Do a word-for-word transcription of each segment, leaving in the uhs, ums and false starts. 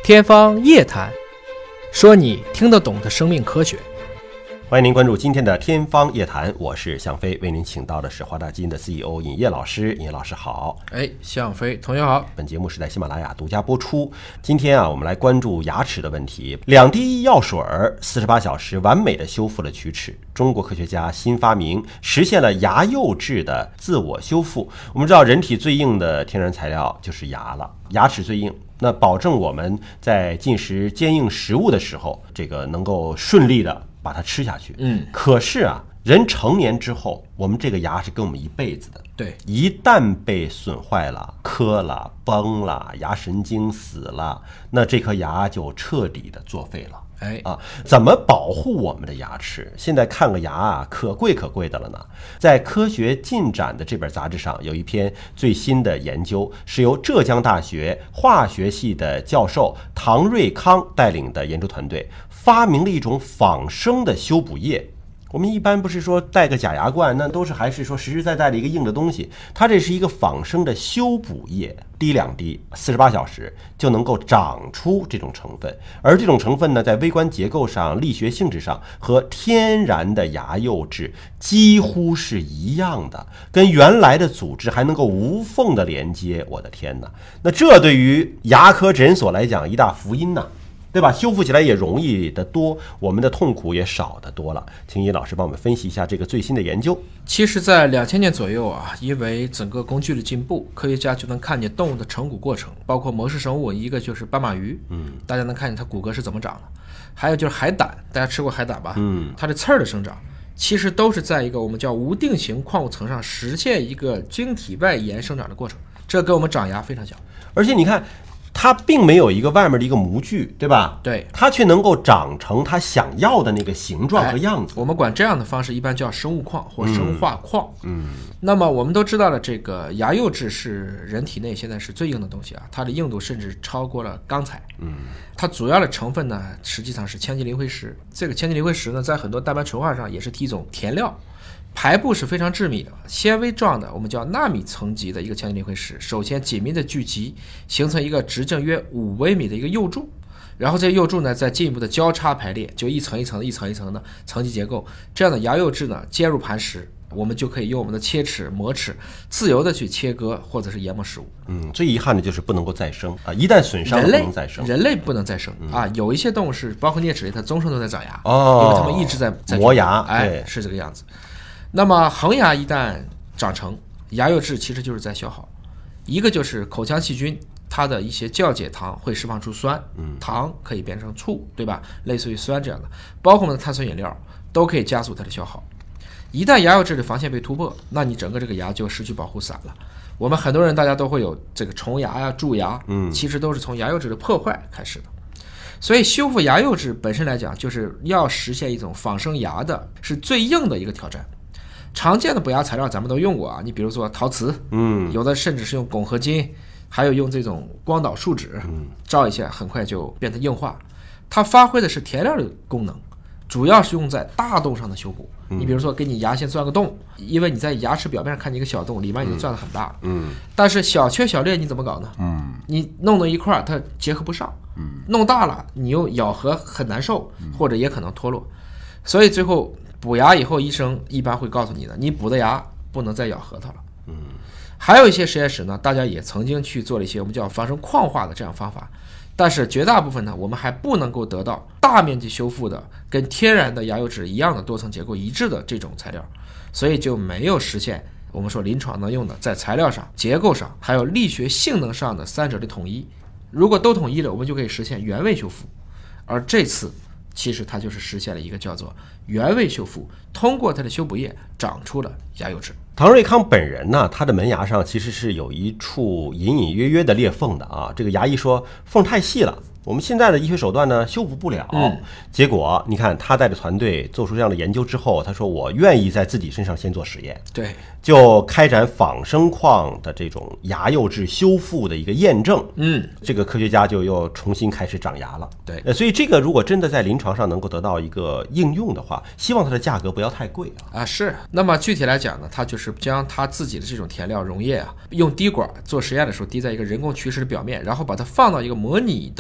天方夜谭，说你听得懂的生命科学。 欢迎您关注今天的天方夜谭，我是向飞，为您请到的是华大基因的 C E O 尹烨老师。尹烨老师好。 哎，向飞同学好。 本节目是在喜马拉雅独家播出。今天啊，我们来关注牙齿的问题。两滴药水四十八小时完美的修复了龋齿。中国科学家新发明，实现了牙釉质的自我修复。我们知道人体最硬的天然材料就是牙了，牙齿最硬，那保证我们在进食坚硬食物的时候，这个能够顺利的把它吃下去。 嗯， 可是啊，人成年之后，我们这个牙是跟我们一辈子的。 对， 一旦被损坏了、磕了、崩了，牙神经死了，那这颗牙就彻底的作废了。 哎啊，怎么保护我们的牙齿？现在看个牙啊，可贵可贵的了呢。在科学进展的这本杂志上，有一篇最新的研究，是由浙江大学化学系的教授唐瑞康带领的研究团队，发明了一种仿生的修补液。我们一般不是说带个假牙冠，那都是还是说实实在在的一个硬的东西。它这是一个仿生的修补液，滴两滴，四十八小时就能够长出这种成分。而这种成分呢，在微观结构上、力学性质上和天然的牙釉质几乎是一样的，跟原来的组织还能够无缝的连接。我的天哪！那这对于牙科诊所来讲，一大福音呢。对吧？修复起来也容易得多，我们的痛苦也少得多了。请尹老师帮我们分析一下这个最新的研究。 其实在两千年左右啊，因为整个工具的进步，科学家就能看见动物的成骨过程，包括模式生物，一个就是斑马鱼，嗯，大家能看见它骨骼是怎么长的，还有就是海胆，大家吃过海胆吧？嗯，它的刺儿的生长，其实都是在一个我们叫无定型矿物层上实现一个晶体外延生长的过程，这跟我们长牙非常像。 而且你看，它并没有一个外面的一个模具，对吧？ 对， 它却能够长成它想要的那个形状和样子。 哎、我们管这样的方式一般叫生物矿或生化矿。嗯，那么我们都知道了，这个牙釉质是人体内现在是最硬的东西啊，它的硬度甚至超过了钢材。嗯，它主要的成分呢，实际上是千斤磷灰石。这个千斤磷灰石呢，在很多蛋白醇化上也是一种填料。排布是非常致密的，纤维状的，我们叫纳米层级的一个千斤磷灰石，首先紧密的聚集，形成一个直径约五微米的一个釉柱，然后这釉柱呢再进一步的交叉排列，就一层一层的一层一层的层级结构，这样的牙釉质呢接入磐石，我们就可以用我们的切齿、磨齿自由的去切割或者是研磨食物。 嗯，最遗憾的就是不能够再生啊！一旦损伤了不能再生， 人类不能再生、嗯、啊！有一些动物是包括啮齿类，它终生都在长牙， 哦， 因为它们一直在在磨牙， 哎，是这个样子。那么恒牙一旦长成，牙釉质其实就是在消耗，一个就是口腔细菌，它的一些酵解糖会释放出酸，糖可以变成醋，对吧？类似于酸这样的，包括我们的碳酸饮料都可以加速它的消耗。一旦牙釉质的防线被突破，那你整个这个牙就失去保护伞了。我们很多人大家都会有这个虫牙呀、蛀牙，嗯，其实都是从牙釉质的破坏开始的。所以修复牙釉质本身来讲，就是要实现一种仿生牙的，是最硬的一个挑战。常见的补牙材料咱们都用过啊，你比如说陶瓷，嗯，有的甚至是用汞合金，还有用这种光导树脂，嗯，照一下很快就变得硬化。它发挥的是填料的功能，主要是用在大洞上的修补。嗯、你比如说给你牙线钻个洞，因为你在牙齿表面上看见一个小洞，里面已经钻得很大了，嗯，但是小缺小裂你怎么搞呢？嗯，你弄到一块它结合不上，嗯，弄大了你又咬合很难受，或者也可能脱落，所以最后补牙以后，医生一般会告诉你的，你补的牙不能再咬合它了。嗯，还有一些实验室呢，大家也曾经去做了一些我们叫仿生矿化的这样方法，但是绝大部分呢，我们还不能够得到大面积修复的跟天然的牙釉质一样的多层结构一致的这种材料，所以就没有实现我们说临床能用的在材料上、结构上还有力学性能上的三者的统一。如果都统一了，我们就可以实现原位修复，而这次其实它就是实现了一个叫做原位修复，通过它的修补液长出了牙釉质。 唐瑞康本人呢，他的门牙上其实是有一处隐隐约约的裂缝的啊。这个牙医说缝太细了，我们现在的医学手段呢修补不了。嗯，结果你看他带着团队做出这样的研究之后，他说我愿意在自己身上先做实验， 对， 就开展仿生矿的这种牙釉质修复的一个验证。嗯，这个科学家就又重新开始长牙了。 对， 所以这个如果真的在临床上能够得到一个应用的话，希望它的价格不要太贵啊。 啊，是。那么具体来讲呢，它就是将它自己的这种填料溶液啊，用滴管做实验的时候滴在一个人工龋齿的表面，然后把它放到一个模拟的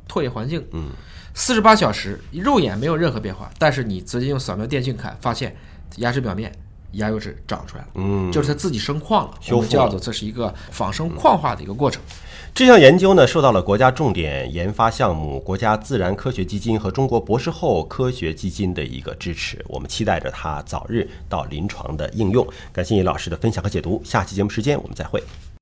唾液环境，嗯，四十八小时肉眼没有任何变化，但是你直接用扫描电镜看，发现牙齿表面牙釉质长出来了，嗯，就是它自己生矿了， 修复了， 我们叫做这是一个仿生矿化的一个过程。 这项研究呢，受到了国家重点研发项目国家自然科学基金和中国博士后科学基金的一个支持，我们期待着它早日到临床的应用。感谢尹老师的分享和解读，下期节目时间我们再会。